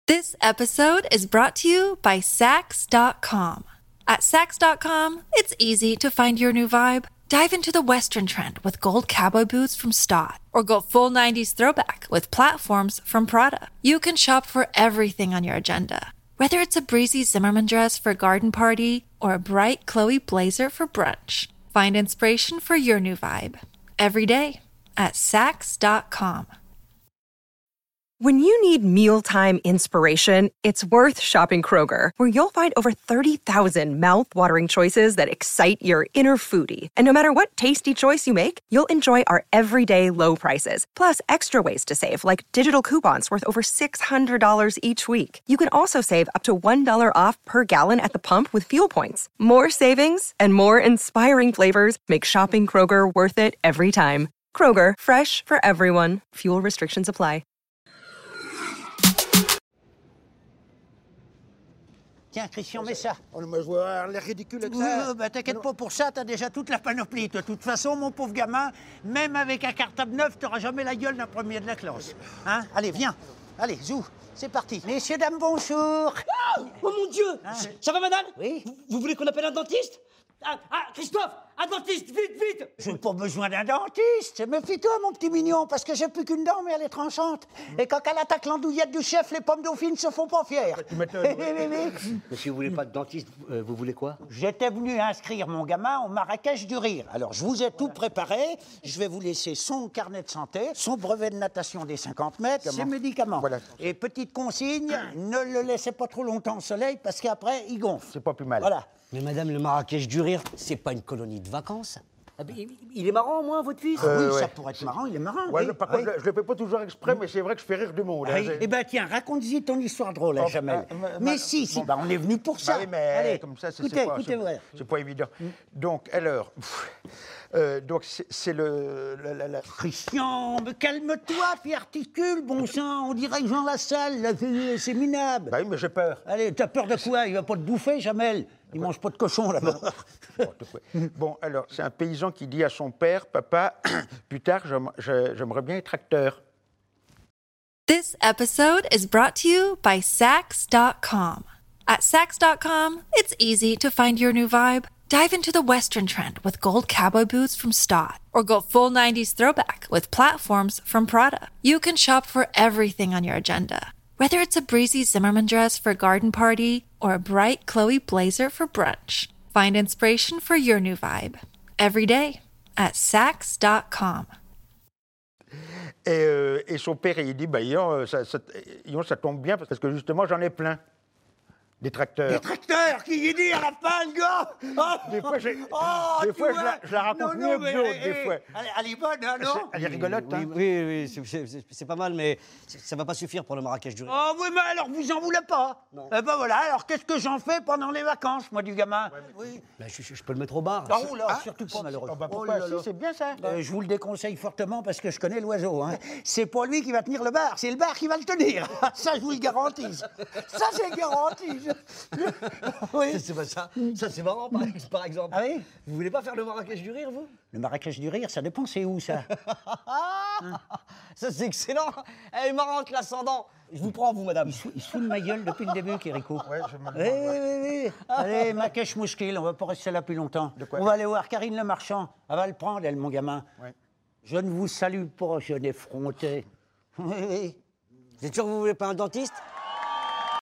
This episode is brought to you by Sax.com. At Sax.com, it's easy to find your new vibe. Dive into the Western trend with gold cowboy boots from Stott, or go full 90s throwback with platforms from Prada. You can shop for everything on your agenda, whether it's a breezy Zimmermann dress for a garden party or a bright Chloe blazer for brunch. Find inspiration for your new vibe every day at Sax.com. When you need mealtime inspiration, it's worth shopping Kroger, where you'll find over 30,000 mouth-watering choices that excite your inner foodie. And no matter what tasty choice you make, you'll enjoy our everyday low prices, plus extra ways to save, like digital coupons worth over $600 each week. You can also save up to $1 off per gallon at the pump with fuel points. More savings and more inspiring flavors make shopping Kroger worth it every time. Kroger, fresh for everyone. Fuel restrictions apply. Tiens, Christian, mets ça. Oh, mais je vois l'air ridicule avec ça. Bah, t'inquiète pas pour ça, t'as déjà toute la panoplie. De toute façon, mon pauvre gamin, même avec un cartable neuf, t'auras jamais la gueule d'un premier de la classe. Hein? Allez, viens. Allez, zou, c'est parti. Messieurs, dames, bonjour. Oh mon Dieu! Ça va, madame? Oui. Vous voulez qu'on appelle un dentiste? Christophe! Un dentiste! Vite, vite! J'ai pas besoin d'un dentiste. Méfie-toi, mon petit mignon, parce que j'ai plus qu'une dent, mais elle est tranchante. Et quand elle attaque l'andouillette du chef, les pommes dauphines se font pas fières. Tu m'étonnes. Mais si vous voulez pas de dentiste, vous voulez quoi? J'étais venu inscrire mon gamin au Marrakech du Rire. Alors, je vous ai tout préparé. Je vais vous laisser son carnet de santé, son brevet de natation des 50 mètres, ses médicaments. Voilà. Et petite consigne, ne le laissez pas trop longtemps au soleil, parce qu'après, il gonfle. C'est pas plus mal. Voilà. Mais madame, le Marrakech du Rire, c'est pas une colonie de vacances. Ah, il est marrant, moi, votre fils? Oui, ouais. ça pourrait être marrant, il est marrant. Ouais, oui. par contre, je le fais pas toujours exprès, mais c'est vrai que je fais rire du monde. Ah oui. Eh ben tiens, raconte-y ton histoire drôle, hein, Oh, Jamel. bah, Mais si, bah, on est venu pour ça. Bah oui, mais Allez, comme ça, c'est écoutez, pas, écoutez, voilà. c'est pas évident. Donc, alors, donc c'est la... Christian, mais calme-toi, puis articule, bon sang, on dirait que Jean Lassalle, là, c'est minable. Bah oui, mais j'ai peur. Allez, t'as peur de quoi? Il va pas te bouffer, Jamel. Il mange pas de cochon, là-bas. Bon, alors, c'est un paysan qui dit à son père, papa, plus tard, j'aimerais bien être acteur. This episode is brought to you by Sax.com. At Sax.com, it's easy to find your new vibe. Dive into the Western trend with gold cowboy boots from Stott, or go full 90s throwback with platforms from Prada. You can shop for everything on your agenda, whether it's a breezy Zimmermann dress for a garden party or a bright Chloe blazer for brunch. Find inspiration for your new vibe every day at Sax.com. Et son père, il dit, bah, ça tombe bien, parce que justement, j'en ai plein. Des tracteurs. Des tracteurs, qui dit à la fin, le gars. Des fois, je la raconte mieux que d'autres, des fois. Elle est bonne, hein, non? Elle est rigolote, hein. Oui, c'est pas mal, mais ça va pas suffire pour le Marrakech du Rire. Oh oui, mais alors vous en voulez pas? Non. Eh ben voilà, alors qu'est-ce que j'en fais pendant les vacances, moi, du gamin? Oui. Ben, je peux le mettre au bar. Ah, oh là, surtout pas, malheureux. Oh, bah, Oh pourquoi? là là. Si, c'est bien ça. Je vous le déconseille fortement parce que je connais l'oiseau. Hein. C'est pas lui qui va tenir le bar, c'est le bar qui va le tenir. Ça, je vous le garantis. Ça, c'est garanti. Oui. C'est pas ça. Ça, c'est marrant, par exemple. Ah oui? Vous voulez pas faire le Marrakech du Rire, vous? Le Marrakech du Rire, ça dépend, c'est où, ça? Ça, c'est excellent. Elle est marrante, l'ascendant. Je vous prends, vous, madame. Il se fout de ma gueule depuis le début, Kirikou. Ouais, je me demande, Oui. Allez, Marrakech Mouchkil, on va pas rester là plus longtemps. De quoi? On va aller voir Karine Le Marchand. Elle va le prendre, elle, mon gamin. Ouais. Je ne vous salue pas, jeune effronté. Oui. Vous êtes sûr que vous voulez pas un dentiste?